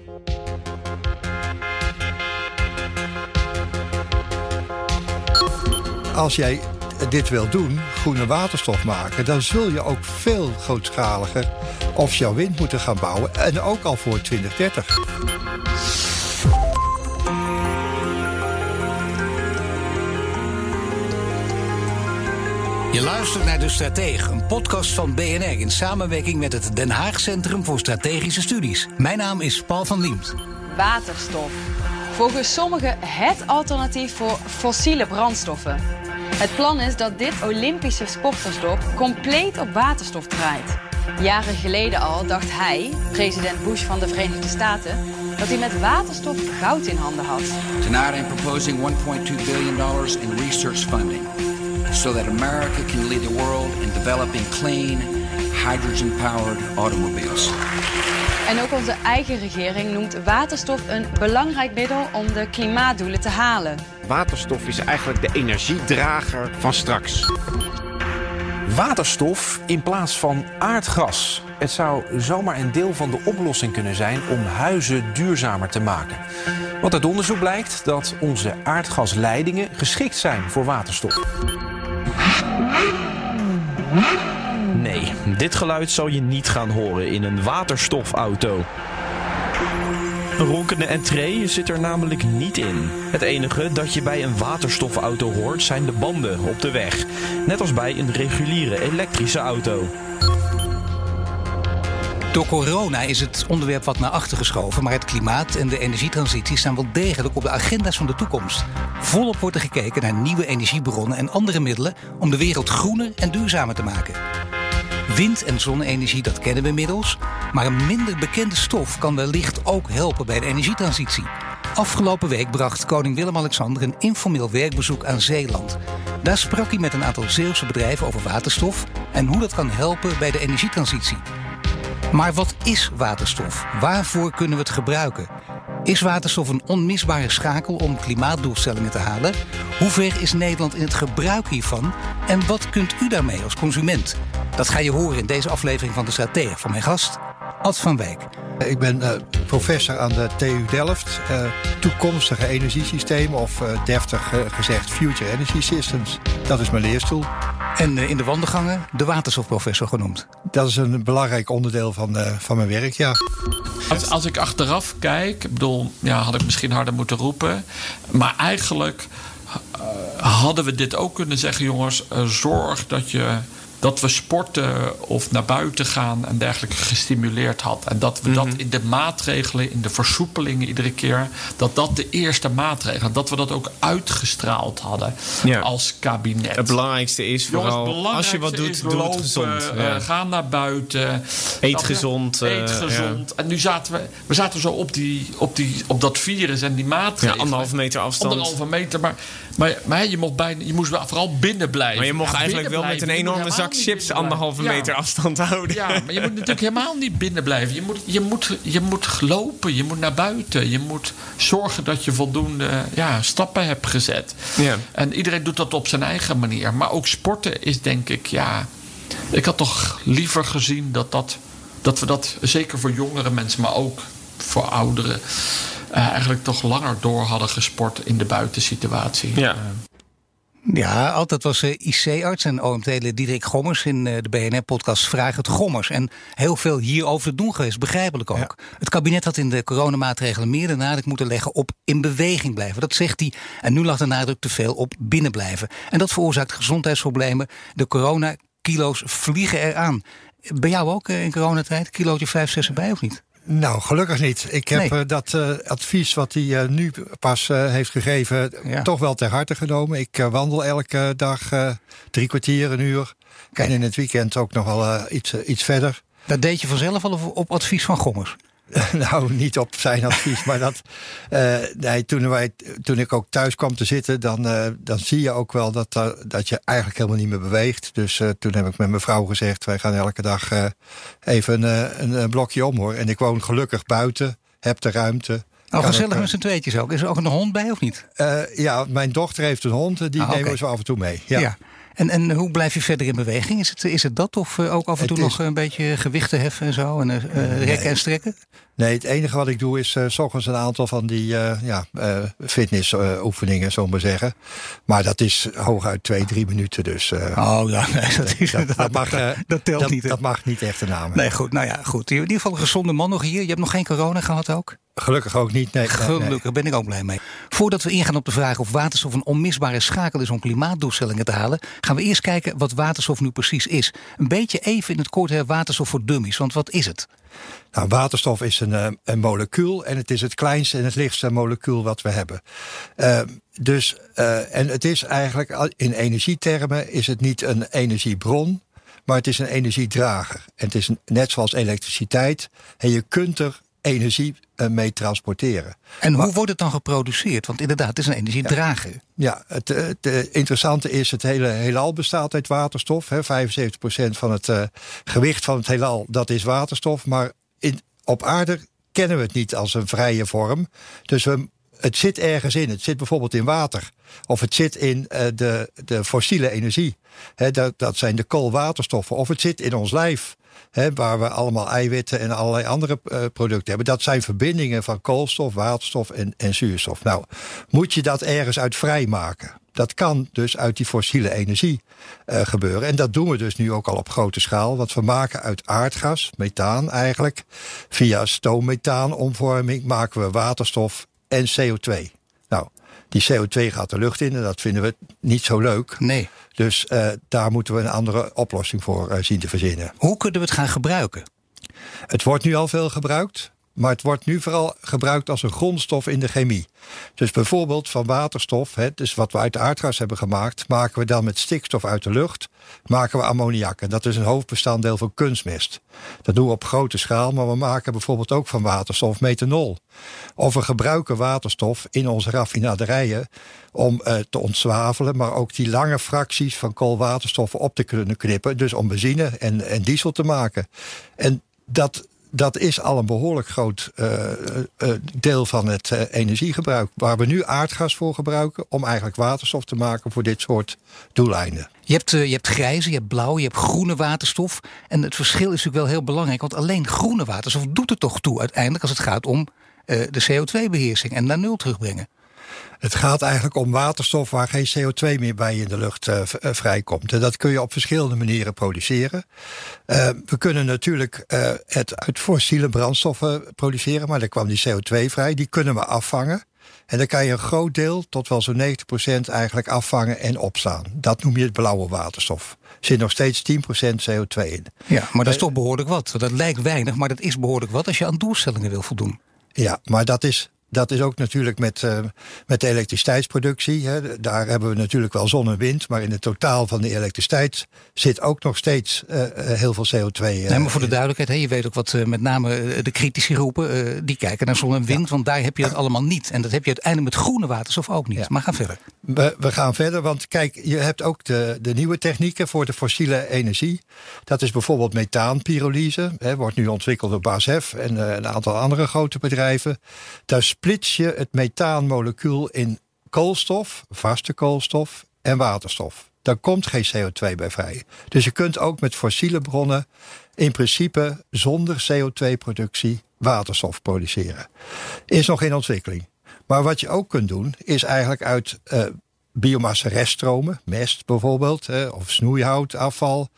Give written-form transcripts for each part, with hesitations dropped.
Als jij dit wil doen, groene waterstof maken, dan zul je ook veel grootschaliger offshore wind moeten gaan bouwen. En ook al voor 2030. Je luistert naar De Strateeg, een podcast van BNR in samenwerking met het Den Haag Centrum voor Strategische Studies. Mijn naam is Paul van Liemt. Waterstof. Volgens sommigen het alternatief voor fossiele brandstoffen. Het plan is dat dit Olympische sportersdorp compleet op waterstof draait. Jaren geleden al dacht hij, president Bush van de Verenigde Staten, dat hij met waterstof goud in handen had. Tonight I'm proposing $1.2 billion in research funding, so that America can lead the world in developing clean, hydrogen-powered automobiles. En ook onze eigen regering noemt waterstof een belangrijk middel om de klimaatdoelen te halen. Waterstof is eigenlijk de energiedrager van straks. Waterstof in plaats van aardgas. Het zou zomaar een deel van de oplossing kunnen zijn om huizen duurzamer te maken. Want uit onderzoek blijkt dat onze aardgasleidingen geschikt zijn voor waterstof. Nee, dit geluid zal je niet gaan horen in een waterstofauto. Een ronkende entree zit er namelijk niet in. Het enige dat je bij een waterstofauto hoort zijn de banden op de weg. Net als bij een reguliere elektrische auto. Door corona is het onderwerp wat naar achter geschoven, maar het klimaat en de energietransitie staan wel degelijk op de agenda's van de toekomst. Volop wordt er gekeken naar nieuwe energiebronnen en andere middelen om de wereld groener en duurzamer te maken. Wind- en zonne-energie, dat kennen we inmiddels, maar een minder bekende stof kan wellicht ook helpen bij de energietransitie. Afgelopen week bracht koning Willem-Alexander een informeel werkbezoek aan Zeeland. Daar sprak hij met een aantal Zeeuwse bedrijven over waterstof en hoe dat kan helpen bij de energietransitie. Maar wat is waterstof? Waarvoor kunnen we het gebruiken? Is waterstof een onmisbare schakel om klimaatdoelstellingen te halen? Hoe ver is Nederland in het gebruik hiervan? En wat kunt u daarmee als consument? Dat ga je horen in deze aflevering van De Strateeg van mijn gast, Ad van Wijk. Ik ben professor aan de TU Delft. Toekomstige energiesystemen, of deftig gezegd Future Energy Systems. Dat is mijn leerstoel. En in de wandelgangen de waterstofprofessor genoemd. Dat is een belangrijk onderdeel van mijn werk, ja. Als ik achteraf kijk, ik bedoel, ja, had ik misschien harder moeten roepen. Maar eigenlijk hadden we dit ook kunnen zeggen, jongens, zorg dat we sporten of naar buiten gaan en dergelijke gestimuleerd had. En dat we dat in de maatregelen, in de versoepelingen iedere keer, dat de eerste maatregelen, dat we dat ook uitgestraald hadden als kabinet. Het belangrijkste is vooral, jongens, als je wat doet, doe het gezond. Ga naar buiten. Eet gezond. Eet gezond. En nu zaten we zaten zo op dat virus en die maatregelen. Ja, 1,5 meter afstand. 1,5 meter, maar je moest vooral binnen blijven. Maar je mocht eigenlijk wel met een enorme zak chips 1,5 meter afstand houden. Ja, maar je moet natuurlijk helemaal niet binnen blijven. Je moet lopen, je moet naar buiten. Je moet zorgen dat je voldoende stappen hebt gezet. Ja. En iedereen doet dat op zijn eigen manier. Maar ook sporten is, denk ik, ik had toch liever gezien dat we dat, zeker voor jongere mensen, maar ook voor ouderen, eigenlijk toch langer door hadden gesport in de buitensituatie. Ja. Ja, altijd was IC-arts en OMT-lid Diederik Gommers in de BNR-podcast Vraag het Gommers. En heel veel hierover te doen geweest, begrijpelijk ook. Ja. Het kabinet had in de coronamaatregelen meer de nadruk moeten leggen op in beweging blijven. Dat zegt hij. En nu lag de nadruk te veel op binnen blijven. En dat veroorzaakt gezondheidsproblemen. De coronakilo's vliegen eraan. Bij jou ook in coronatijd? Kilootje 5, 6 erbij of niet? Nou, gelukkig niet. Ik heb dat advies wat hij nu pas heeft gegeven toch wel ter harte genomen. Ik wandel elke dag 3 kwartier, een uur. En in het weekend ook nog wel iets verder. Dat deed je vanzelf al op advies van Gommers? Nou, niet op zijn advies, maar toen ik ook thuis kwam te zitten, dan zie je ook wel dat je eigenlijk helemaal niet meer beweegt. Dus toen heb ik met mijn vrouw gezegd, wij gaan elke dag even een blokje om, hoor. En ik woon gelukkig buiten, heb de ruimte. Gezellig met z'n tweetjes ook. Is er ook een hond bij of niet? Ja, mijn dochter heeft een hond, die nemen we zo af en toe mee. Ja. En hoe blijf je verder in beweging? Is het dat of ook af en toe nog een beetje gewichten heffen en zo? En rekken en strekken? Nee, het enige wat ik doe is 's ochtends een aantal van die fitnessoefeningen, zullen we maar zeggen. Maar dat is hooguit 2-3 minuten. Dus, dat telt niet. Dat mag niet echt een naam. Nee, goed. Nou ja, goed. In ieder geval een gezonde man nog hier. Je hebt nog geen corona gehad ook? Gelukkig ook niet. Nee, Gelukkig, ben ik ook blij mee. Voordat we ingaan op de vraag of waterstof een onmisbare schakel is om klimaatdoelstellingen te halen, gaan we eerst kijken wat waterstof nu precies is. Een beetje even in het kort waterstof voor dummies, want wat is het? Nou, waterstof is een molecuul en het is het kleinste en het lichtste molecuul wat we hebben. En het is eigenlijk, in energietermen is het niet een energiebron, maar het is een energiedrager. En het is net zoals elektriciteit en je kunt er energie mee transporteren. En hoe wordt het dan geproduceerd? Want inderdaad, het is een energiedrager. Ja, het interessante is, het hele heelal bestaat uit waterstof. 75% van het gewicht van het heelal, dat is waterstof. Maar op aarde kennen we het niet als een vrije vorm. Dus het zit ergens in. Het zit bijvoorbeeld in water. Of het zit in de fossiele energie. Dat zijn de koolwaterstoffen. Of het zit in ons lijf. Waar we allemaal eiwitten en allerlei andere producten hebben. Dat zijn verbindingen van koolstof, waterstof en zuurstof. Nou, moet je dat ergens uit vrijmaken? Dat kan dus uit die fossiele energie gebeuren. En dat doen we dus nu ook al op grote schaal. Want we maken uit aardgas, methaan eigenlijk, via stoommethaan-omvorming maken we waterstof en CO2. Nou, die CO2 gaat de lucht in en dat vinden we niet zo leuk. Nee. Dus daar moeten we een andere oplossing voor zien te verzinnen. Hoe kunnen we het gaan gebruiken? Het wordt nu al veel gebruikt. Maar het wordt nu vooral gebruikt als een grondstof in de chemie. Dus bijvoorbeeld van waterstof, dus wat we uit aardgas hebben gemaakt, maken we dan met stikstof uit de lucht, maken we ammoniak. En dat is een hoofdbestanddeel van kunstmest. Dat doen we op grote schaal, maar we maken bijvoorbeeld ook van waterstof methanol. Of we gebruiken waterstof in onze raffinaderijen om te ontzwavelen, maar ook die lange fracties van koolwaterstoffen op te kunnen knippen. Dus om benzine en diesel te maken. En dat is al een behoorlijk groot deel van het energiegebruik. Waar we nu aardgas voor gebruiken om eigenlijk waterstof te maken voor dit soort doeleinden. Je hebt grijze, je hebt blauw, je hebt groene waterstof. En het verschil is natuurlijk wel heel belangrijk. Want alleen groene waterstof doet er toch toe uiteindelijk als het gaat om de CO2-beheersing en naar nul terugbrengen. Het gaat eigenlijk om waterstof waar geen CO2 meer bij in de lucht vrijkomt. En dat kun je op verschillende manieren produceren. We kunnen natuurlijk het uit fossiele brandstoffen produceren, maar daar kwam die CO2 vrij. Die kunnen we afvangen. En dan kan je een groot deel, tot wel zo'n 90% eigenlijk afvangen en opslaan. Dat noem je het blauwe waterstof. Er zit nog steeds 10% CO2 in. Ja, maar dat is toch behoorlijk wat. Dat lijkt weinig, maar dat is behoorlijk wat als je aan doelstellingen wil voldoen. Ja, maar dat is ook natuurlijk met de elektriciteitsproductie. Daar hebben we natuurlijk wel zon en wind. Maar in het totaal van de elektriciteit zit ook nog steeds heel veel CO2. Nee, maar voor de duidelijkheid, je weet ook wat met name de critici roepen. Die kijken naar zon en wind, want daar heb je het allemaal niet. En dat heb je uiteindelijk met groene waterstof ook niet. Ja. Maar ga verder. We gaan verder, want kijk, je hebt ook de nieuwe technieken voor de fossiele energie. Dat is bijvoorbeeld methaanpyrolyse. Wordt nu ontwikkeld door BASF en een aantal andere grote bedrijven. Daar splits je het methaanmolecuul in koolstof, vaste koolstof en waterstof. Daar komt geen CO2 bij vrij. Dus je kunt ook met fossiele bronnen in principe zonder CO2-productie waterstof produceren. Is nog in ontwikkeling. Maar wat je ook kunt doen, is eigenlijk uit biomassa reststromen, mest bijvoorbeeld, of snoeihoutafval.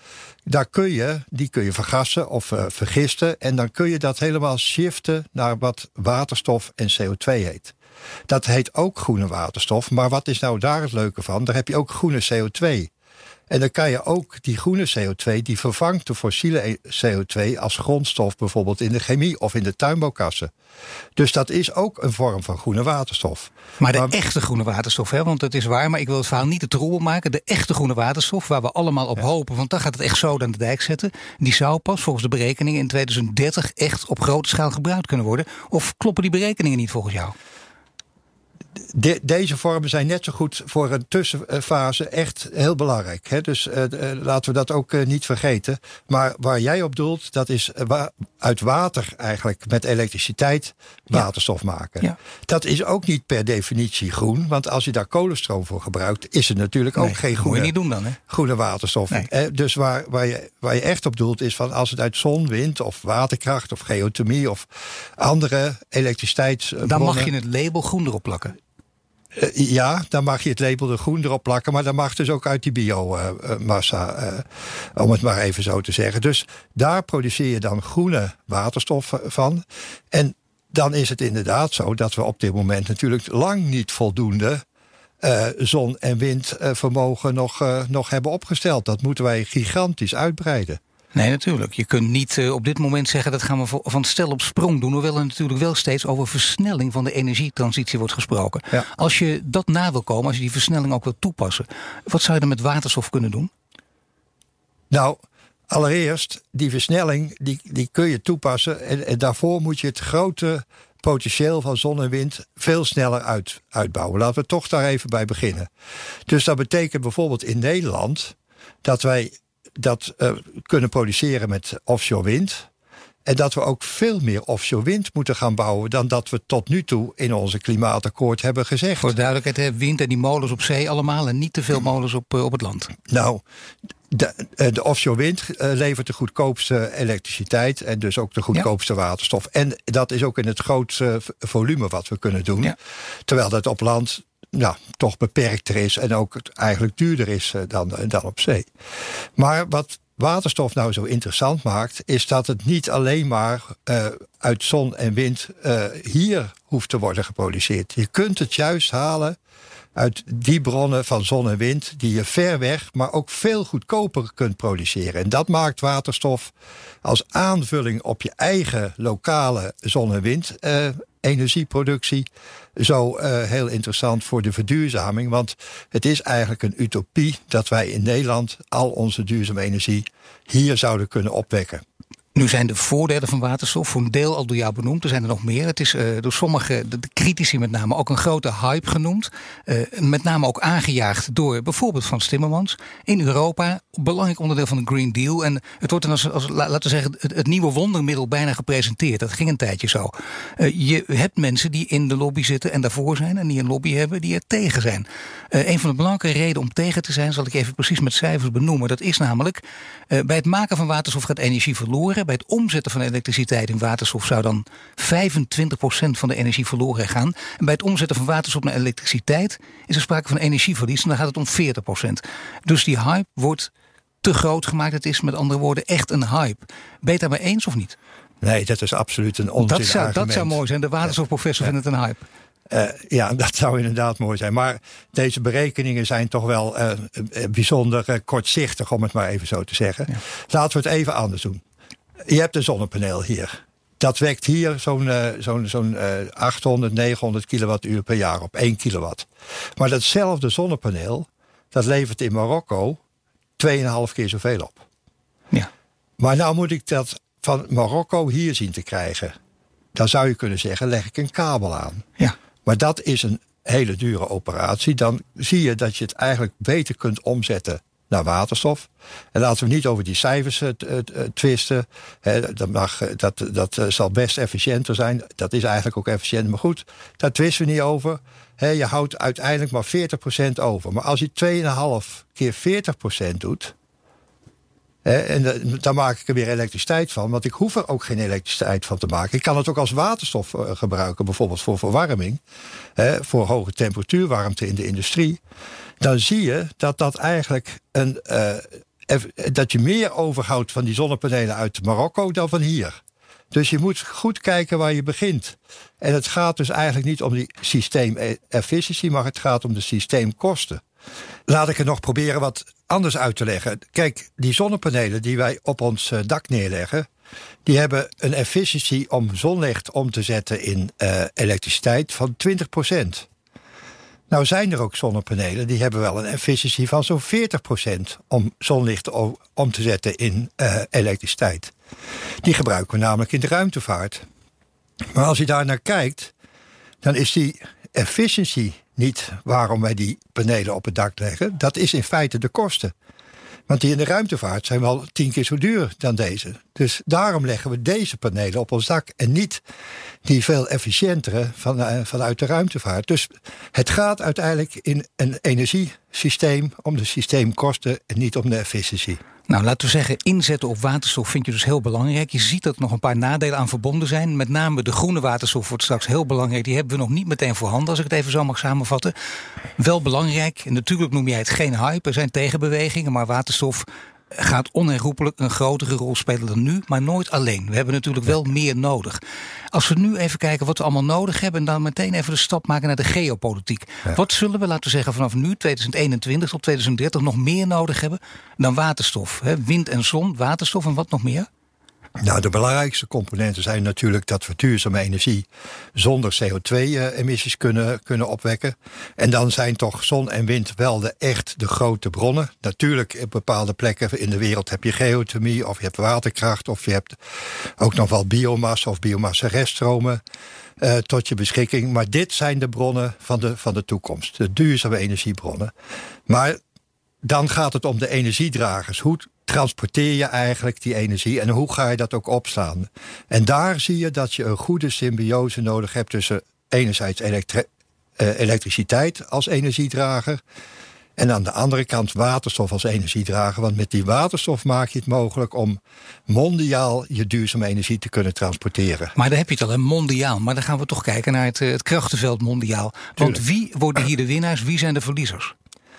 Die kun je vergassen of vergisten. En dan kun je dat helemaal shiften naar wat waterstof en CO2 heet. Dat heet ook groene waterstof. Maar wat is nou daar het leuke van? Daar heb je ook groene CO2. En dan kan je ook die groene CO2, die vervangt de fossiele CO2 als grondstof bijvoorbeeld in de chemie of in de tuinbouwkassen. Dus dat is ook een vorm van groene waterstof. Maar de echte groene waterstof, want het is waar, maar ik wil het verhaal niet te troebel maken. De echte groene waterstof, waar we allemaal op hopen, want dan gaat het echt zo aan de dijk zetten. Die zou pas volgens de berekeningen in 2030 echt op grote schaal gebruikt kunnen worden. Of kloppen die berekeningen niet volgens jou? Deze vormen zijn net zo goed voor een tussenfase echt heel belangrijk. Hè? Dus laten we dat ook niet vergeten. Maar waar jij op doelt, dat is uit water eigenlijk met elektriciteit waterstof maken. Ja. Dat is ook niet per definitie groen. Want als je daar kolenstroom voor gebruikt, is het natuurlijk ook geen groene, moet je niet doen dan, hè? Groene waterstof. Nee. Dus waar je echt op doelt is van als het uit zon, wind of waterkracht of geothermie of andere elektriciteitsbronnen. Dan mag je het label groen erop plakken. Ja, dan mag je het label de groen erop plakken. Maar dan mag dus ook uit die biomassa, om het maar even zo te zeggen. Dus daar produceer je dan groene waterstof van. En dan is het inderdaad zo dat we op dit moment natuurlijk lang niet voldoende zon- en windvermogen nog hebben opgesteld. Dat moeten wij gigantisch uitbreiden. Nee, natuurlijk. Je kunt niet op dit moment zeggen dat gaan we van stel op sprong doen. Hoewel er natuurlijk wel steeds over versnelling van de energietransitie wordt gesproken. Ja. Als je dat na wil komen, als je die versnelling ook wil toepassen, wat zou je dan met waterstof kunnen doen? Nou, allereerst, die versnelling die kun je toepassen. En daarvoor moet je het grote potentieel van zon en wind veel sneller uitbouwen. Laten we toch daar even bij beginnen. Dus dat betekent bijvoorbeeld in Nederland dat wij dat kunnen produceren met offshore wind. En dat we ook veel meer offshore wind moeten gaan bouwen dan dat we tot nu toe in onze klimaatakkoord hebben gezegd. Voor duidelijkheid, wind en die molens op zee allemaal en niet te veel molens op het land. Nou, de offshore wind levert de goedkoopste elektriciteit en dus ook de goedkoopste waterstof. En dat is ook in het grootste volume wat we kunnen doen. Ja. Terwijl dat op land toch beperkter is en ook eigenlijk duurder is dan op zee. Maar wat waterstof nou zo interessant maakt, is dat het niet alleen maar uit zon en wind hier hoeft te worden geproduceerd. Je kunt het juist halen uit die bronnen van zon en wind die je ver weg, maar ook veel goedkoper kunt produceren. En dat maakt waterstof als aanvulling op je eigen lokale zon- en wind energieproductie zo heel interessant voor de verduurzaming. Want het is eigenlijk een utopie dat wij in Nederland al onze duurzame energie hier zouden kunnen opwekken. Nu zijn de voordelen van waterstof voor een deel al door jou benoemd. Er zijn er nog meer. Het is door sommigen, de critici met name, ook een grote hype genoemd. Met name ook aangejaagd door bijvoorbeeld Frans Timmermans. In Europa, belangrijk onderdeel van de Green Deal. En het wordt dan als laten we zeggen, het nieuwe wondermiddel bijna gepresenteerd. Dat ging een tijdje zo. Je hebt mensen die in de lobby zitten en daarvoor zijn. En die een lobby hebben die er tegen zijn. Een van de belangrijke redenen om tegen te zijn, zal ik even precies met cijfers benoemen. Dat is namelijk, bij het maken van waterstof gaat energie verloren. Bij het omzetten van elektriciteit in waterstof zou dan 25% van de energie verloren gaan. En bij het omzetten van waterstof naar elektriciteit is er sprake van energieverlies. En dan gaat het om 40%. Dus die hype wordt te groot gemaakt. Het is met andere woorden echt een hype. Ben je het daarbij eens of niet? Nee, dat is absoluut een onzin. Dat zou mooi zijn. De waterstofprofessor vindt het een hype. Ja, dat zou inderdaad mooi zijn. Maar deze berekeningen zijn toch wel bijzonder kortzichtig, om het maar even zo te zeggen. Ja. Laten we het even anders doen. Je hebt een zonnepaneel hier. Dat wekt hier zo'n 800, 900 kilowattuur per jaar op 1 kilowatt. Maar datzelfde zonnepaneel, dat levert in Marokko 2,5 keer zoveel op. Ja. Maar nou moet ik dat van Marokko hier zien te krijgen. Dan zou je kunnen zeggen, leg ik een kabel aan. Ja. Maar dat is een hele dure operatie. Dan zie je dat je het eigenlijk beter kunt omzetten naar waterstof. En laten we niet over die cijfers twisten. Dat zal best efficiënter zijn. Dat is eigenlijk ook efficiënt. Maar goed, daar twisten we niet over. Je houdt uiteindelijk maar 40% over. Maar als je 2,5 keer 40% doet, en daar maak ik er weer elektriciteit van. Want ik hoef er ook geen elektriciteit van te maken. Ik kan het ook als waterstof gebruiken. Bijvoorbeeld voor verwarming. Voor hoge temperatuurwarmte in de industrie. Dan zie je dat eigenlijk dat je meer overhoudt van die zonnepanelen uit Marokko dan van hier. Dus je moet goed kijken waar je begint. En het gaat dus eigenlijk niet om die systeemefficiëntie, maar het gaat om de systeemkosten. Laat ik het nog proberen wat anders uit te leggen. Kijk, die zonnepanelen die wij op ons dak neerleggen, die hebben een efficiëntie om zonlicht om te zetten in elektriciteit van 20%. Nou zijn er ook zonnepanelen die hebben wel een efficiëntie van zo'n 40% om zonlicht om te zetten in elektriciteit. Die gebruiken we namelijk in de ruimtevaart. Maar als je daar naar kijkt, dan is die efficiency niet waarom wij die panelen op het dak leggen. Dat is in feite de kosten. Want die in de ruimtevaart zijn wel 10 keer zo duur dan deze. Dus daarom leggen we deze panelen op ons dak en niet die veel efficiëntere vanuit de ruimtevaart. Dus het gaat uiteindelijk in een energiesysteem om de systeemkosten en niet om de efficiëntie. Nou, laten we zeggen, inzetten op waterstof vind je dus heel belangrijk. Je ziet dat er nog een paar nadelen aan verbonden zijn. Met name de groene waterstof wordt straks heel belangrijk. Die hebben we nog niet meteen voorhanden, als ik het even zo mag samenvatten. Wel belangrijk, en natuurlijk noem jij het geen hype. Er zijn tegenbewegingen, maar waterstof gaat onherroepelijk een grotere rol spelen dan nu, maar nooit alleen. We hebben natuurlijk wel meer nodig. Als we nu even kijken wat we allemaal nodig hebben en dan meteen even de stap maken naar de geopolitiek. Ja. Wat zullen we, laten we zeggen, vanaf nu, 2021 tot 2030, nog meer nodig hebben dan waterstof? Wind en zon, waterstof en wat nog meer? Nou, de belangrijkste componenten zijn natuurlijk dat we duurzame energie zonder CO2-emissies kunnen opwekken. En dan zijn toch zon en wind wel echt de grote bronnen. Natuurlijk, op bepaalde plekken in de wereld heb je geothermie of je hebt waterkracht of je hebt ook nog wel biomassa of biomassa-reststromen tot je beschikking. Maar dit zijn de bronnen van de toekomst, de duurzame energiebronnen. Maar dan gaat het om de energiedragers. Hoe transporteer je eigenlijk die energie en hoe ga je dat ook opslaan? En daar zie je dat je een goede symbiose nodig hebt tussen enerzijds elektriciteit als energiedrager en aan de andere kant waterstof als energiedrager. Want met die waterstof maak je het mogelijk om mondiaal je duurzame energie te kunnen transporteren. Maar daar heb je het al, mondiaal. Maar dan gaan we toch kijken naar het krachtenveld mondiaal. Want wie worden hier de winnaars, wie zijn de verliezers?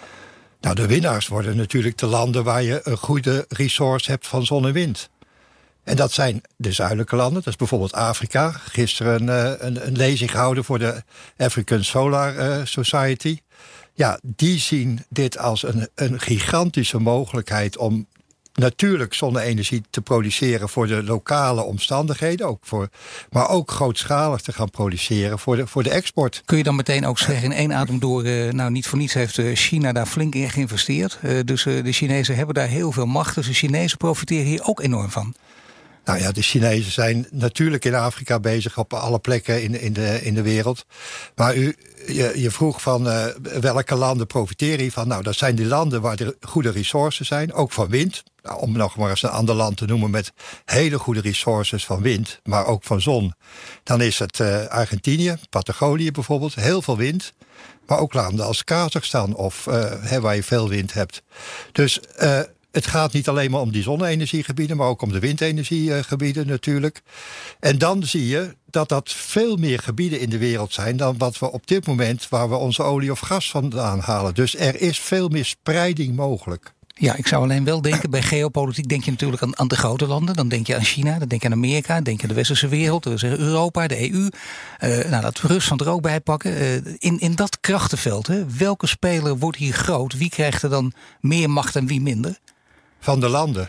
Nou, de winnaars worden natuurlijk de landen waar je een goede resource hebt van zon en wind. En dat zijn de zuidelijke landen, dat is bijvoorbeeld Afrika. Gisteren een lezing gehouden voor de African Solar Society. Ja, die zien dit als een gigantische mogelijkheid om natuurlijk zonne-energie te produceren voor de lokale omstandigheden, maar ook grootschalig te gaan produceren voor de export. Kun je dan meteen ook zeggen in één adem door, niet voor niets heeft China daar flink in geïnvesteerd. Dus de Chinezen hebben daar heel veel macht, dus de Chinezen profiteren hier ook enorm van. Nou ja, de Chinezen zijn natuurlijk in Afrika bezig op alle plekken in de wereld. Maar je vroeg van welke landen profiteren hiervan? Nou, dat zijn die landen waar er goede resources zijn, ook van wind. Nou, om nog maar eens een ander land te noemen met hele goede resources van wind, maar ook van zon. Dan is het Argentinië, Patagonië bijvoorbeeld, heel veel wind. Maar ook landen als Kazachstan of waar je veel wind hebt. Dus het gaat niet alleen maar om die zonne-energiegebieden, maar ook om de windenergiegebieden natuurlijk. En dan zie je dat veel meer gebieden in de wereld zijn dan wat we op dit moment, waar we onze olie of gas vandaan halen. Dus er is veel meer spreiding mogelijk. Ja, ik zou alleen wel denken, bij geopolitiek denk je natuurlijk aan de grote landen. Dan denk je aan China, dan denk je aan Amerika, dan denk je aan de westerse wereld, we zeggen Europa, de EU. Laten we Rusland er ook bij pakken. In dat krachtenveld, welke speler wordt hier groot? Wie krijgt er dan meer macht en wie minder? Van de landen.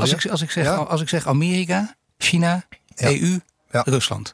Als ik zeg Amerika, China, EU, Rusland.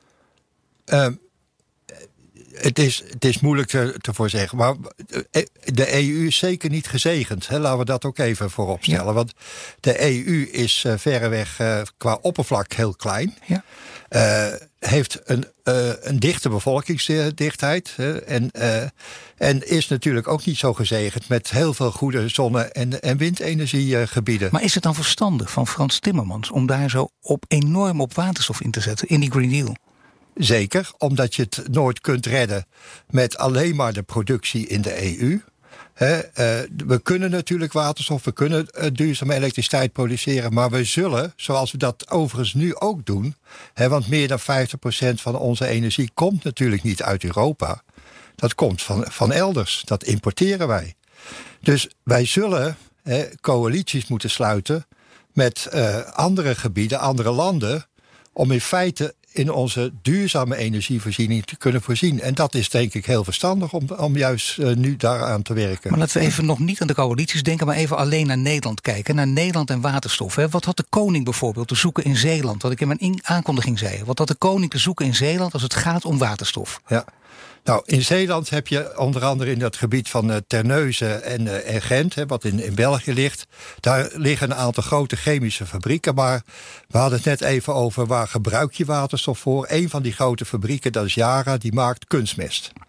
Het is moeilijk te voorzeggen. Maar de EU is zeker niet gezegend. Laten we dat ook even voorop stellen. Ja. Want de EU is verreweg qua oppervlak heel klein. Ja. Heeft een dichte bevolkingsdichtheid. En is natuurlijk ook niet zo gezegend met heel veel goede zonne- en windenergiegebieden. Maar is het dan verstandig van Frans Timmermans om daar zo enorm op waterstof in te zetten in die Green Deal? Zeker, omdat je het nooit kunt redden met alleen maar de productie in de EU. We kunnen natuurlijk waterstof, we kunnen duurzame elektriciteit produceren, maar we zullen, zoals we dat overigens nu ook doen, want meer dan 50% van onze energie komt natuurlijk niet uit Europa. Dat komt van elders, dat importeren wij. Dus wij zullen coalities moeten sluiten met andere gebieden, andere landen, om in feite in onze duurzame energievoorziening te kunnen voorzien. En dat is denk ik heel verstandig om juist nu daaraan te werken. Maar laten we even nog niet aan de coalities denken, maar even alleen naar Nederland kijken. Naar Nederland en waterstof. Wat had de koning bijvoorbeeld te zoeken in Zeeland? Wat ik in mijn aankondiging zei. Wat had de koning te zoeken in Zeeland als het gaat om waterstof? Ja. Nou, in Zeeland heb je onder andere in dat gebied van Terneuzen en Gent, wat in België ligt. Daar liggen een aantal grote chemische fabrieken. Maar we hadden het net even over waar gebruik je waterstof voor. Een van die grote fabrieken, dat is Yara, die maakt kunstmest.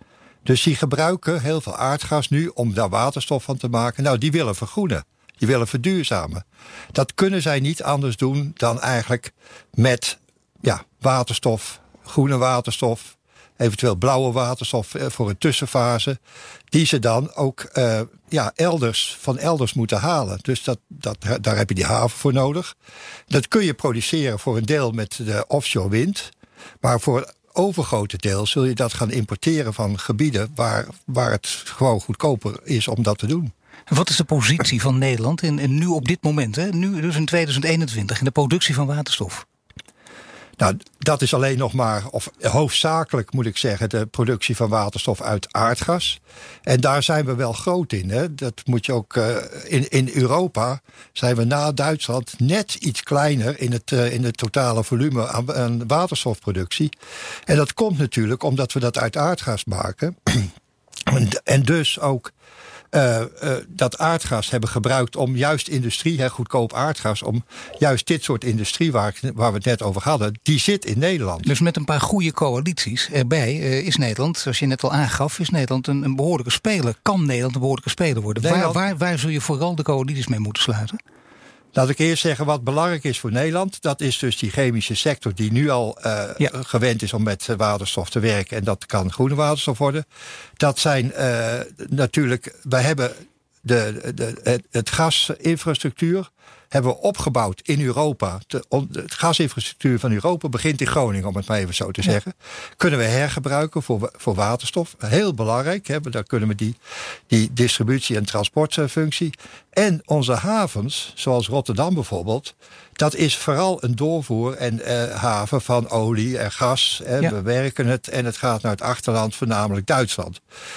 Dus die gebruiken heel veel aardgas nu om daar waterstof van te maken. Nou, die willen vergroenen. Die willen verduurzamen. Dat kunnen zij niet anders doen dan eigenlijk met waterstof, groene waterstof, eventueel blauwe waterstof voor een tussenfase, die ze dan ook elders moeten halen. Dus daar heb je die haven voor nodig. Dat kun je produceren voor een deel met de offshore wind, maar voor het overgrote deel zul je dat gaan importeren van gebieden waar het gewoon goedkoper is om dat te doen. En wat is de positie van Nederland en nu op dit moment, hè? Nu dus in 2021, in de productie van waterstof? Nou, dat is alleen nog maar, of hoofdzakelijk moet ik zeggen, de productie van waterstof uit aardgas. En daar zijn we wel groot in. Hè? Dat moet je ook in Europa zijn we na Duitsland net iets kleiner in het totale volume aan waterstofproductie. En dat komt natuurlijk omdat we dat uit aardgas maken. En dus ook dat aardgas hebben gebruikt om juist industrie, goedkoop aardgas, om juist dit soort industrie waar we het net over hadden, die zit in Nederland. Dus met een paar goede coalities erbij is Nederland, zoals je net al aangaf, is Nederland een behoorlijke speler. Kan Nederland een behoorlijke speler worden? Waar zul je vooral de coalities mee moeten sluiten? Laat ik eerst zeggen wat belangrijk is voor Nederland. Dat is dus die chemische sector die nu al gewend is om met waterstof te werken. En dat kan groene waterstof worden. Dat zijn natuurlijk, wij hebben het gasinfrastructuur hebben we opgebouwd in Europa. De gasinfrastructuur van Europa begint in Groningen, om het maar even zo te zeggen. Kunnen we hergebruiken voor waterstof. Heel belangrijk. Daar kunnen we die distributie- en transportfunctie. En onze havens, zoals Rotterdam bijvoorbeeld, dat is vooral een doorvoer- en haven van olie en gas. We werken het en het gaat naar het achterland, voornamelijk Duitsland.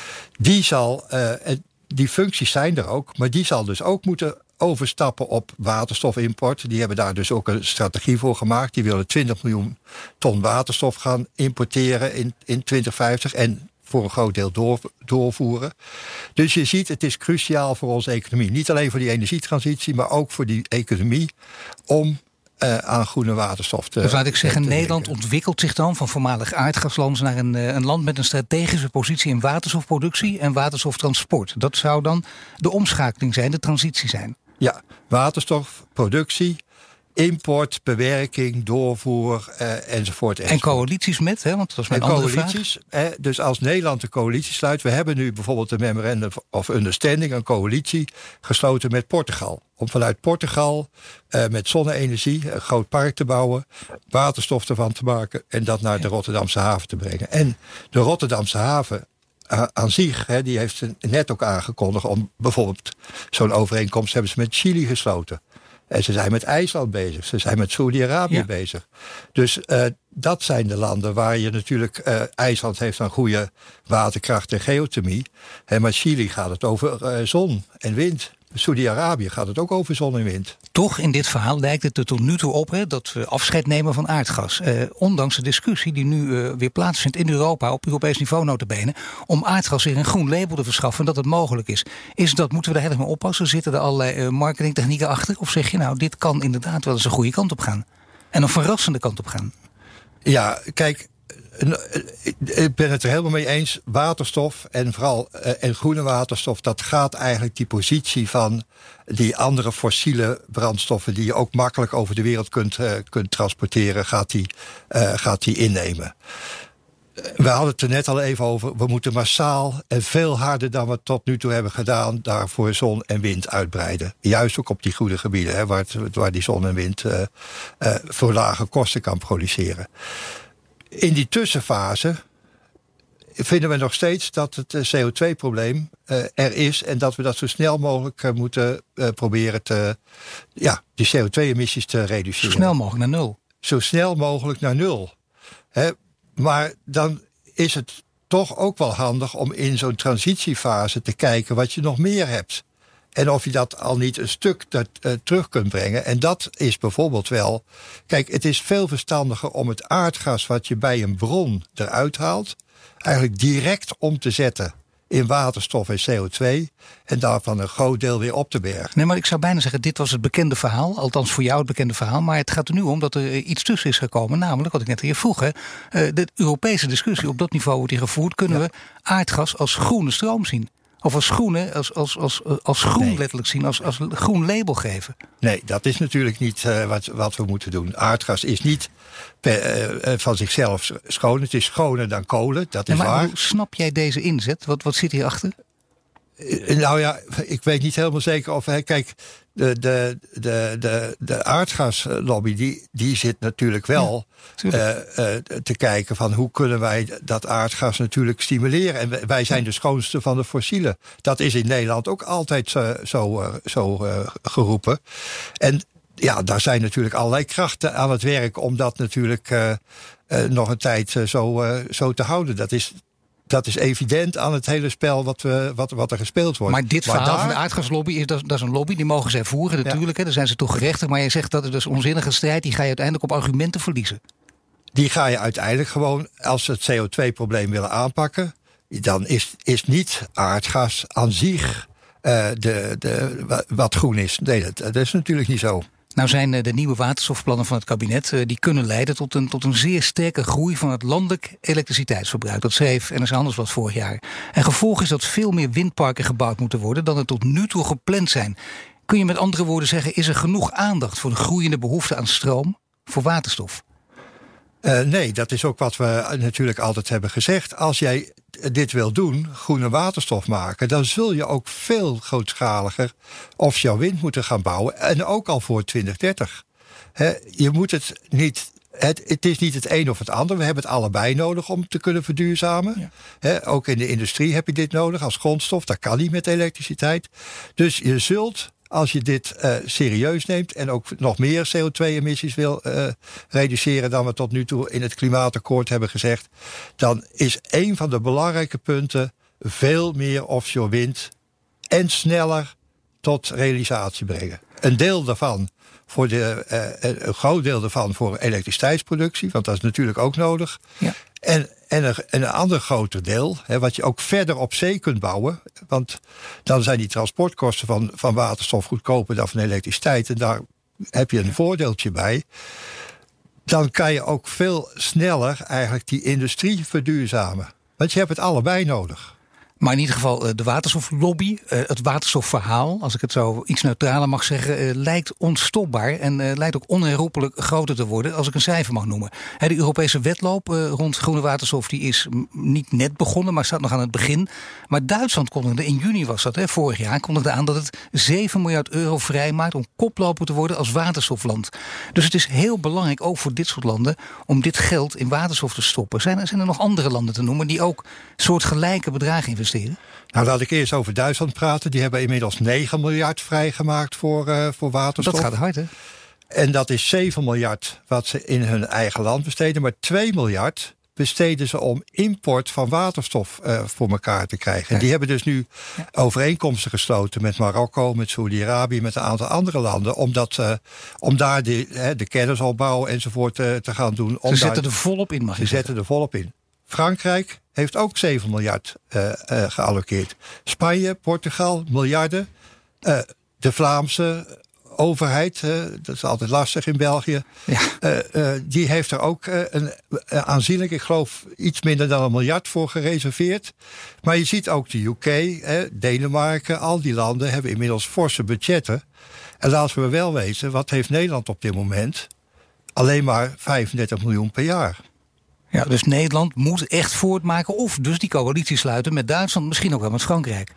Die functies zijn er ook, maar die zal dus ook moeten overstappen op waterstofimport. Die hebben daar dus ook een strategie voor gemaakt. Die willen 20 miljoen ton waterstof gaan importeren in 2050 en voor een groot deel doorvoeren. Dus je ziet, het is cruciaal voor onze economie. Niet alleen voor die energietransitie, maar ook voor die economie om aan groene waterstof te. Dus laat ik zeggen, Nederland ontwikkelt zich dan van voormalig aardgasland naar een land met een strategische positie in waterstofproductie en waterstoftransport. Dat zou dan de omschakeling zijn, de transitie zijn. Ja, waterstofproductie, import, bewerking, doorvoer enzovoort. En coalities met, want dat is mijn andere coalities, vraag. Dus als Nederland een coalitie sluit, we hebben nu bijvoorbeeld een memorandum of understanding, een coalitie gesloten met Portugal. Om vanuit Portugal met zonne-energie een groot park te bouwen, waterstof ervan te maken en dat naar de Rotterdamse haven te brengen. En de Rotterdamse haven aan zich, die heeft net ook aangekondigd om bijvoorbeeld zo'n overeenkomst hebben ze met Chili gesloten. En ze zijn met IJsland bezig. Ze zijn met Saudi-Arabië bezig. Dus dat zijn de landen waar je natuurlijk IJsland heeft een goede waterkracht en geothermie. Maar Chili gaat het over zon en wind. Saudi-Arabië gaat het ook over zon en wind. Toch, in dit verhaal lijkt het er tot nu toe op dat we afscheid nemen van aardgas. Ondanks de discussie die nu weer plaatsvindt in Europa, op Europees niveau nota bene, om aardgas weer een groen label te verschaffen, dat het mogelijk is. Moeten we daar helemaal mee oppassen? Zitten er allerlei marketingtechnieken achter? Of zeg je nou, dit kan inderdaad wel eens een goede kant op gaan? En een verrassende kant op gaan? Ja, kijk, ik ben het er helemaal mee eens. Waterstof en vooral en groene waterstof, dat gaat eigenlijk die positie van die andere fossiele brandstoffen die je ook makkelijk over de wereld kunt transporteren, gaat die innemen. We hadden het er net al even over. We moeten massaal en veel harder dan we tot nu toe hebben gedaan daarvoor zon en wind uitbreiden. Juist ook op die goede gebieden, waar die zon en wind voor lage kosten kan produceren. In die tussenfase vinden we nog steeds dat het CO2-probleem er is en dat we dat zo snel mogelijk moeten proberen die CO2-emissies te reduceren. Zo snel mogelijk naar nul. Zo snel mogelijk naar nul. Maar dan is het toch ook wel handig om in zo'n transitiefase te kijken wat je nog meer hebt. En of je dat al niet een stuk terug kunt brengen. En dat is bijvoorbeeld wel. Kijk, het is veel verstandiger om het aardgas wat je bij een bron eruit haalt, eigenlijk direct om te zetten in waterstof en CO2... en daarvan een groot deel weer op te bergen. Nee, maar ik zou bijna zeggen, dit was het bekende verhaal. Althans voor jou het bekende verhaal. Maar het gaat er nu om dat er iets tussen is gekomen. Namelijk, wat ik net hier vroeg. De Europese discussie op dat niveau wordt hier gevoerd. Kunnen we aardgas als groene stroom zien? Of als groene, als groen letterlijk zien, als groen label geven? Nee, dat is natuurlijk niet wat we moeten doen. Aardgas is niet van zichzelf schoon. Het is schoner dan kolen, dat is waar. Hoe snap jij deze inzet? Wat zit hierachter? Nou ja, ik weet niet helemaal zeker of... Kijk, de aardgaslobby die zit natuurlijk wel te kijken van hoe kunnen wij dat aardgas natuurlijk stimuleren. En wij zijn de schoonste van de fossielen. Dat is in Nederland ook altijd zo geroepen. En ja, daar zijn natuurlijk allerlei krachten aan het werk om dat natuurlijk nog een tijd zo te houden. Dat is evident aan het hele spel wat er gespeeld wordt. Maar dit verhaal van de aardgaslobby, dat is een lobby, die mogen zij voeren natuurlijk. Daar zijn ze toch gerechtig. Maar je zegt dat het dus onzinnige strijd, die ga je uiteindelijk op argumenten verliezen. Die ga je uiteindelijk gewoon, als ze het CO2-probleem willen aanpakken... dan is niet aardgas aan zich wat groen is. Nee, dat is natuurlijk niet zo. Nou zijn de nieuwe waterstofplannen van het kabinet... die kunnen leiden tot een zeer sterke groei van het landelijk elektriciteitsverbruik. Dat schreef NRC Handelsblad vorig jaar. En gevolg is dat veel meer windparken gebouwd moeten worden... dan er tot nu toe gepland zijn. Kun je met andere woorden zeggen... is er genoeg aandacht voor de groeiende behoefte aan stroom voor waterstof? Nee, dat is ook wat we natuurlijk altijd hebben gezegd. Als jij dit wil doen, groene waterstof maken... dan zul je ook veel grootschaliger offshore wind moeten gaan bouwen. En ook al voor 2030. Je moet het niet... Het is niet het een of het ander. We hebben het allebei nodig om te kunnen verduurzamen. Ja. Ook in de industrie heb je dit nodig als grondstof. Dat kan niet met elektriciteit. Dus je zult... Als je dit serieus neemt en ook nog meer CO2-emissies wil reduceren... dan we tot nu toe in het klimaatakkoord hebben gezegd... dan is een van de belangrijke punten veel meer offshore wind... en sneller tot realisatie brengen. Een deel daarvan een groot deel daarvan voor elektriciteitsproductie... want dat is natuurlijk ook nodig. Ja. En een ander groter deel, wat je ook verder op zee kunt bouwen... want dan zijn die transportkosten van waterstof goedkoper dan van elektriciteit... en daar heb je een voordeeltje bij. Dan kan je ook veel sneller eigenlijk die industrie verduurzamen. Want je hebt het allebei nodig. Maar in ieder geval de waterstoflobby, het waterstofverhaal... als ik het zo iets neutraler mag zeggen... lijkt onstopbaar en lijkt ook onherroepelijk groter te worden... als ik een cijfer mag noemen. De Europese wedloop rond groene waterstof... die is niet net begonnen, maar staat nog aan het begin. Maar Duitsland kondigde, in juni was dat, vorig jaar... kondigde aan dat het 7 miljard euro vrijmaakt... om koploper te worden als waterstofland. Dus het is heel belangrijk, ook voor dit soort landen... om dit geld in waterstof te stoppen. Zijn er nog andere landen te noemen... die ook soortgelijke bedragen investeren? Nou, laat ik eerst over Duitsland praten. Die hebben inmiddels 9 miljard vrijgemaakt voor waterstof. Dat gaat hard, hè? En dat is 7 miljard wat ze in hun eigen land besteden. Maar 2 miljard besteden ze om import van waterstof voor elkaar te krijgen. En die hebben dus nu overeenkomsten gesloten met Marokko, met Saudi-Arabië, met een aantal andere landen. Om daar de kennisopbouw enzovoort te gaan doen. Ze zetten er volop in, mag je zeggen. Ze zetten er volop in. Frankrijk heeft ook 7 miljard gealloceerd. Spanje, Portugal, miljarden. De Vlaamse overheid, dat is altijd lastig in België... die heeft er ook aanzienlijk, ik geloof iets minder dan 1 miljard voor gereserveerd. Maar je ziet ook de UK, Denemarken, al die landen hebben inmiddels forse budgetten. En laten we wel weten, wat heeft Nederland op dit moment? Alleen maar 35 miljoen per jaar. Ja, dus Nederland moet echt voortmaken of dus die coalitie sluiten met Duitsland, misschien ook wel met Frankrijk.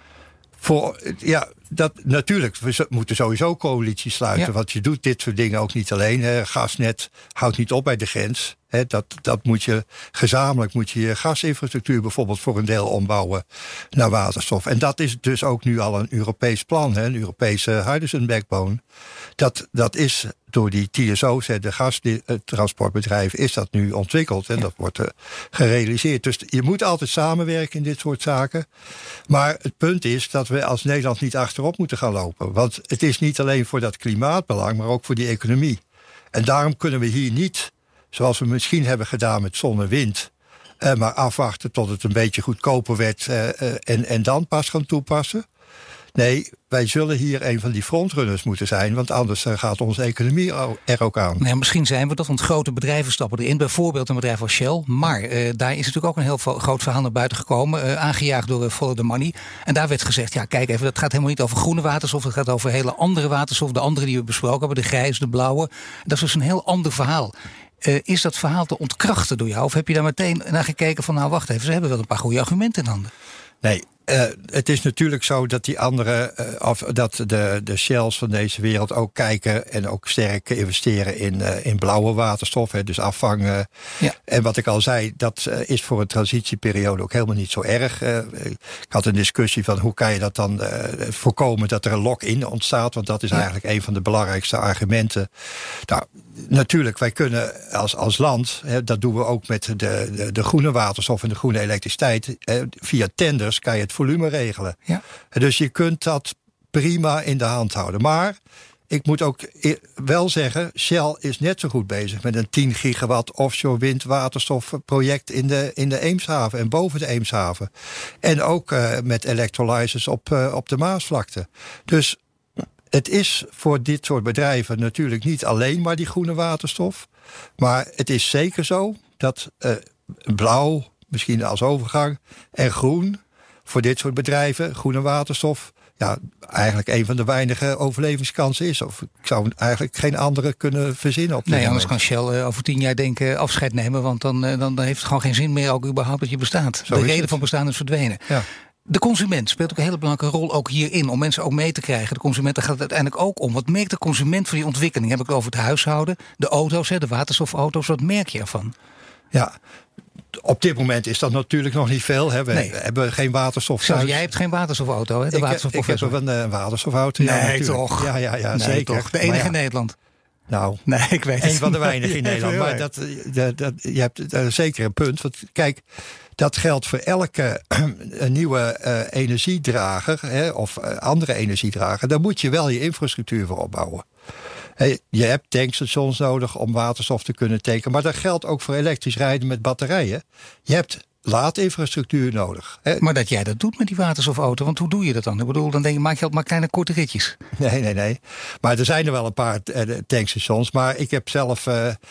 Natuurlijk, we moeten sowieso coalities sluiten. Want je doet dit soort dingen ook niet alleen. Gasnet houdt niet op bij de grens. Dat moet je gezamenlijk je gasinfrastructuur bijvoorbeeld voor een deel ombouwen naar waterstof. En dat is dus ook nu al een Europees plan, een Europese hydrogen backbone. Dat is door die TSO's, de gastransportbedrijven, is dat nu ontwikkeld en dat wordt gerealiseerd. Dus je moet altijd samenwerken in dit soort zaken. Maar het punt is dat we als Nederland niet achterop moeten gaan lopen. Want het is niet alleen voor dat klimaatbelang, maar ook voor die economie. En daarom kunnen we hier niet, zoals we misschien hebben gedaan met zon en wind, Maar afwachten tot het een beetje goedkoper werd en dan pas gaan toepassen. Nee, wij zullen hier een van die frontrunners moeten zijn, want anders gaat onze economie er ook aan. Nou, misschien zijn we dat, want grote bedrijven stappen erin. Bijvoorbeeld een bedrijf als Shell. Maar daar is natuurlijk ook een heel groot verhaal naar buiten gekomen. Aangejaagd door Follow the Money. En daar werd gezegd, ja kijk even, dat gaat helemaal niet over groene waterstof. Het gaat over hele andere waterstof. De andere die we besproken hebben, de grijze, de blauwe. Dat is dus een heel ander verhaal. Is dat verhaal te ontkrachten door jou? Of heb je daar meteen naar gekeken van, nou wacht even, ze hebben wel een paar goede argumenten in handen? Nee. Het is natuurlijk zo dat die andere, dat de Shells van deze wereld ook kijken en ook sterk investeren in blauwe waterstof, dus afvang. Ja. En wat ik al zei, dat is voor een transitieperiode ook helemaal niet zo erg. Ik had een discussie van hoe kan je dat dan voorkomen dat er een lock-in ontstaat, want dat is eigenlijk een van de belangrijkste argumenten. Nou, natuurlijk, wij kunnen als land, dat doen we ook met de groene waterstof en de groene elektriciteit, via tenders kan je het volume regelen. Ja. Dus je kunt dat prima in de hand houden. Maar ik moet ook wel zeggen, Shell is net zo goed bezig met een 10 gigawatt offshore windwaterstofproject in de Eemshaven en boven de Eemshaven. En ook met electrolyzers op de Maasvlakte. Dus het is voor dit soort bedrijven natuurlijk niet alleen maar die groene waterstof. Maar het is zeker zo dat blauw, misschien als overgang, en groen voor dit soort bedrijven, groene waterstof, ja, eigenlijk een van de weinige overlevingskansen is. Of ik zou eigenlijk geen andere kunnen verzinnen op dit moment. Anders kan Shell over 10 jaar denken afscheid nemen, want dan heeft het gewoon geen zin meer ook überhaupt dat je bestaat. De reden van bestaan is verdwenen. Ja. De consument speelt ook een hele belangrijke rol ook hierin, om mensen ook mee te krijgen. De consument, daar gaat het uiteindelijk ook om. Wat merkt de consument van die ontwikkeling? Heb ik het over het huishouden, de auto's, de waterstofauto's. Wat merk je ervan? Ja, op dit moment is dat natuurlijk nog niet veel. We hebben geen waterstof thuis. Jij hebt geen waterstofauto, hè? Ik heb een waterstofauto. Nee, toch? Ja, nee, zeker. Toch? De enige in Nederland. Nou, nee, ik weet het. Een van de weinigen in Nederland. Maar je hebt zeker een punt. Want kijk, dat geldt voor elke nieuwe energiedrager of andere energiedrager. Daar moet je wel je infrastructuur voor opbouwen. Je hebt tankstations nodig om waterstof te kunnen tanken. Maar dat geldt ook voor elektrisch rijden met batterijen. Je hebt laadinfrastructuur nodig. Maar dat jij dat doet met die waterstofauto, want hoe doe je dat dan? Ik bedoel, dan denk je, maak je altijd maar kleine korte ritjes. Nee. Maar er zijn er wel een paar tankstations. Maar ik heb zelf,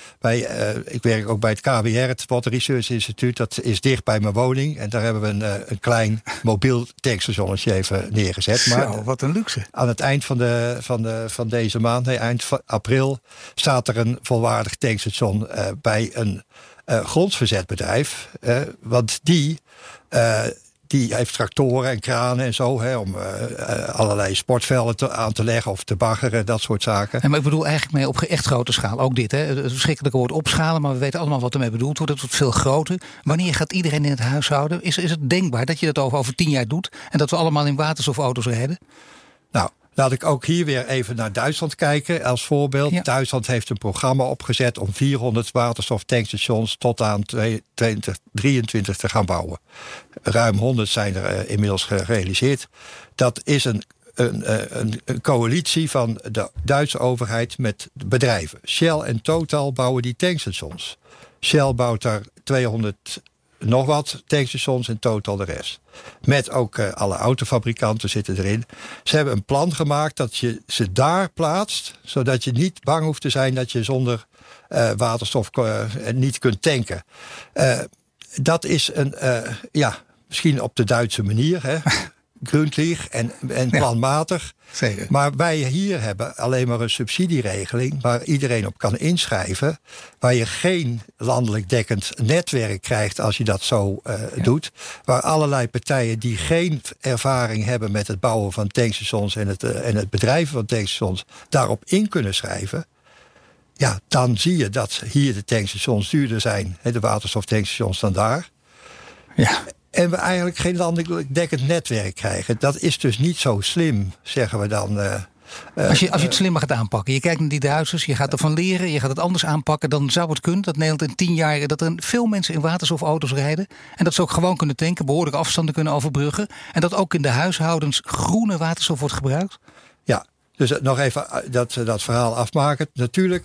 ik werk ook bij het KWR, het Water Research Instituut. Dat is dicht bij mijn woning. En daar hebben we een klein mobiel tankstationnetje even neergezet. Maar zo, wat een luxe. Aan het eind van deze maand, eind van april, staat er een volwaardig tankstation bij een grondsverzetbedrijf, want die heeft tractoren en kranen en zo, om allerlei sportvelden aan te leggen of te baggeren, dat soort zaken. En maar ik bedoel eigenlijk mee op echt grote schaal. Ook dit, het verschrikkelijke woord opschalen, maar we weten allemaal wat ermee bedoeld wordt. Het wordt veel groter. Wanneer gaat iedereen in het huishouden? Is het denkbaar dat je dat over 10 jaar doet en dat we allemaal in waterstofauto's rijden? Nou, laat ik ook hier weer even naar Duitsland kijken als voorbeeld. Ja. Duitsland heeft een programma opgezet om 400 waterstoftankstations tot aan 2023 te gaan bouwen. Ruim 100 zijn er inmiddels gerealiseerd. Dat is een coalitie van de Duitse overheid met bedrijven. Shell en Total bouwen die tankstations. Shell bouwt daar 200 nog wat tankstations en Total de rest. Met ook alle autofabrikanten zitten erin. Ze hebben een plan gemaakt dat je ze daar plaatst, zodat je niet bang hoeft te zijn dat je zonder waterstof niet kunt tanken. Dat is misschien op de Duitse manier, gründlich en planmatig. Zeker. Maar wij hier hebben alleen maar een subsidieregeling waar iedereen op kan inschrijven, waar je geen landelijk dekkend netwerk krijgt als je dat zo doet, waar allerlei partijen die geen ervaring hebben met het bouwen van tankstations en het bedrijven van tankstations daarop in kunnen schrijven. Ja, dan zie je dat hier de tankstations duurder zijn, de waterstoftankstations dan daar. Ja. En we eigenlijk geen landelijk dekkend netwerk krijgen. Dat is dus niet zo slim, zeggen we dan. Als je het slimmer gaat aanpakken. Je kijkt naar die Duitsers, je gaat ervan leren, je gaat het anders aanpakken. Dan zou het kunnen dat Nederland in 10 jaar dat er veel mensen in waterstofauto's rijden. En dat ze ook gewoon kunnen tanken, behoorlijke afstanden kunnen overbruggen. En dat ook in de huishoudens groene waterstof wordt gebruikt. Ja, dus nog even dat verhaal afmaken. Natuurlijk,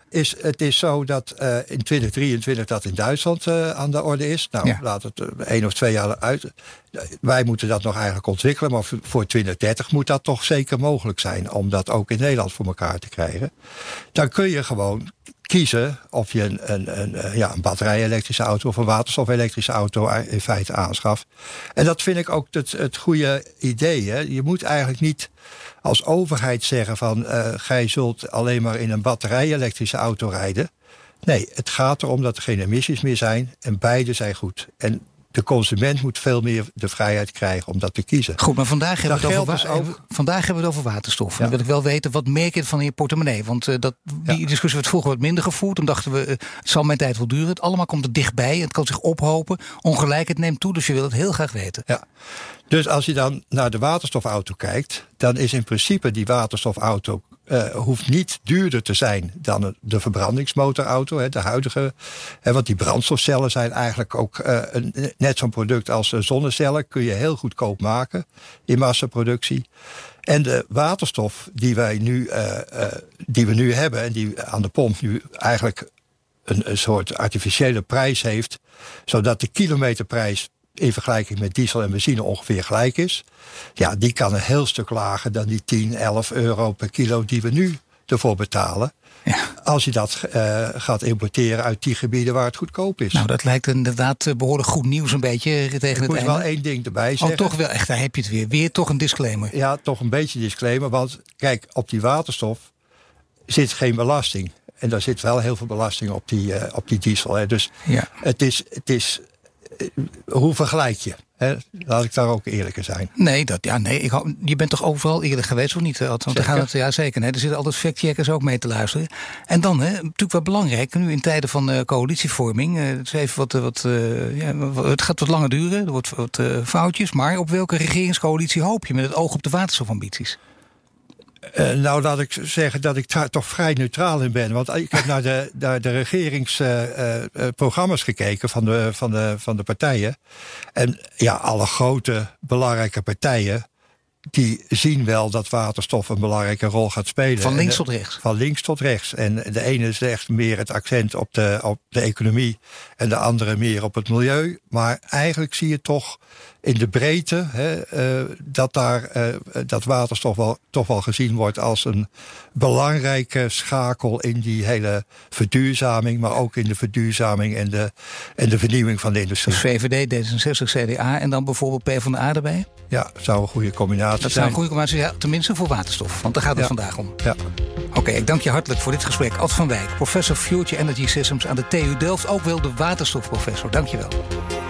het is zo dat in 2023 dat in Duitsland aan de orde is. Nou, laat het 1 of 2 jaar uit. Wij moeten dat nog eigenlijk ontwikkelen. Maar voor 2030 moet dat toch zeker mogelijk zijn. Om dat ook in Nederland voor elkaar te krijgen. Dan kun je gewoon kiezen of je een batterij-elektrische auto of een waterstof-elektrische auto in feite aanschaft. En dat vind ik ook het goede idee. Hè. Je moet eigenlijk niet als overheid zeggen van gij zult alleen maar in een batterij-elektrische auto rijden. Nee, het gaat erom dat er geen emissies meer zijn en beide zijn goed. En de consument moet veel meer de vrijheid krijgen om dat te kiezen. Goed, maar vandaag hebben we het over waterstof. Ja. Dan wil ik wel weten, wat merk je van in je portemonnee? Want die discussie werd vroeger wat minder gevoerd. Dan dachten we, het zal mijn tijd wel duren. Het allemaal komt er dichtbij. Het kan zich ophopen. Ongelijkheid neemt toe, dus je wil het heel graag weten. Ja. Dus als je dan naar de waterstofauto kijkt, dan is in principe die waterstofauto hoeft niet duurder te zijn dan de verbrandingsmotorauto, de huidige. Want die brandstofcellen zijn eigenlijk ook net zo'n product als zonnecellen. Kun je heel goedkoop maken in massaproductie. En de waterstof die we nu hebben en die aan de pomp nu eigenlijk een soort artificiële prijs heeft, zodat de kilometerprijs in vergelijking met diesel en benzine ongeveer gelijk is. Ja, die kan een heel stuk lager dan die 10, 11 euro per kilo die we nu ervoor betalen. Ja. Als je dat gaat importeren uit die gebieden waar het goedkoop is. Nou, dat lijkt inderdaad behoorlijk goed nieuws een beetje tegen het einde. Ik moet wel één ding erbij zeggen. Toch wel, echt, daar heb je het weer. Weer toch een disclaimer. Ja, toch een beetje disclaimer. Want kijk, op die waterstof zit geen belasting. En daar zit wel heel veel belasting op die diesel. Hè. Dus het is hoe vergelijk je? Hè? Laat ik daar ook eerlijk in zijn. Nee, je bent toch overal eerlijk geweest of niet? Want dan gaan het, ja, zeker. Er zitten altijd factcheckers ook mee te luisteren. En dan, natuurlijk wel belangrijk, nu in tijden van coalitievorming. Het is even het gaat wat langer duren. Er wordt wat foutjes. Maar op welke regeringscoalitie hoop je met het oog op de waterstofambities? Nou, laat ik zeggen dat ik daar toch vrij neutraal in ben. Want ik heb naar de regeringsprogramma's gekeken van de partijen. En ja, alle grote belangrijke partijen die zien wel dat waterstof een belangrijke rol gaat spelen. Van links tot rechts? Van links tot rechts. En de ene legt meer het accent op de economie en de andere meer op het milieu. Maar eigenlijk zie je toch in de breedte dat waterstof toch wel gezien wordt als een belangrijke schakel in die hele verduurzaming, maar ook in de verduurzaming en de vernieuwing van de industrie. Dus VVD, D66, CDA en dan bijvoorbeeld PvdA erbij? Ja, dat zou een goede combinatie zijn. Dat zou een goede combinatie zijn, tenminste voor waterstof. Want daar gaat het vandaag om. Ja. Oké, ik dank je hartelijk voor dit gesprek. Ad van Wijk, professor Future Energy Systems aan de TU Delft. Ook wel de waterstofprofessor. Dank je wel.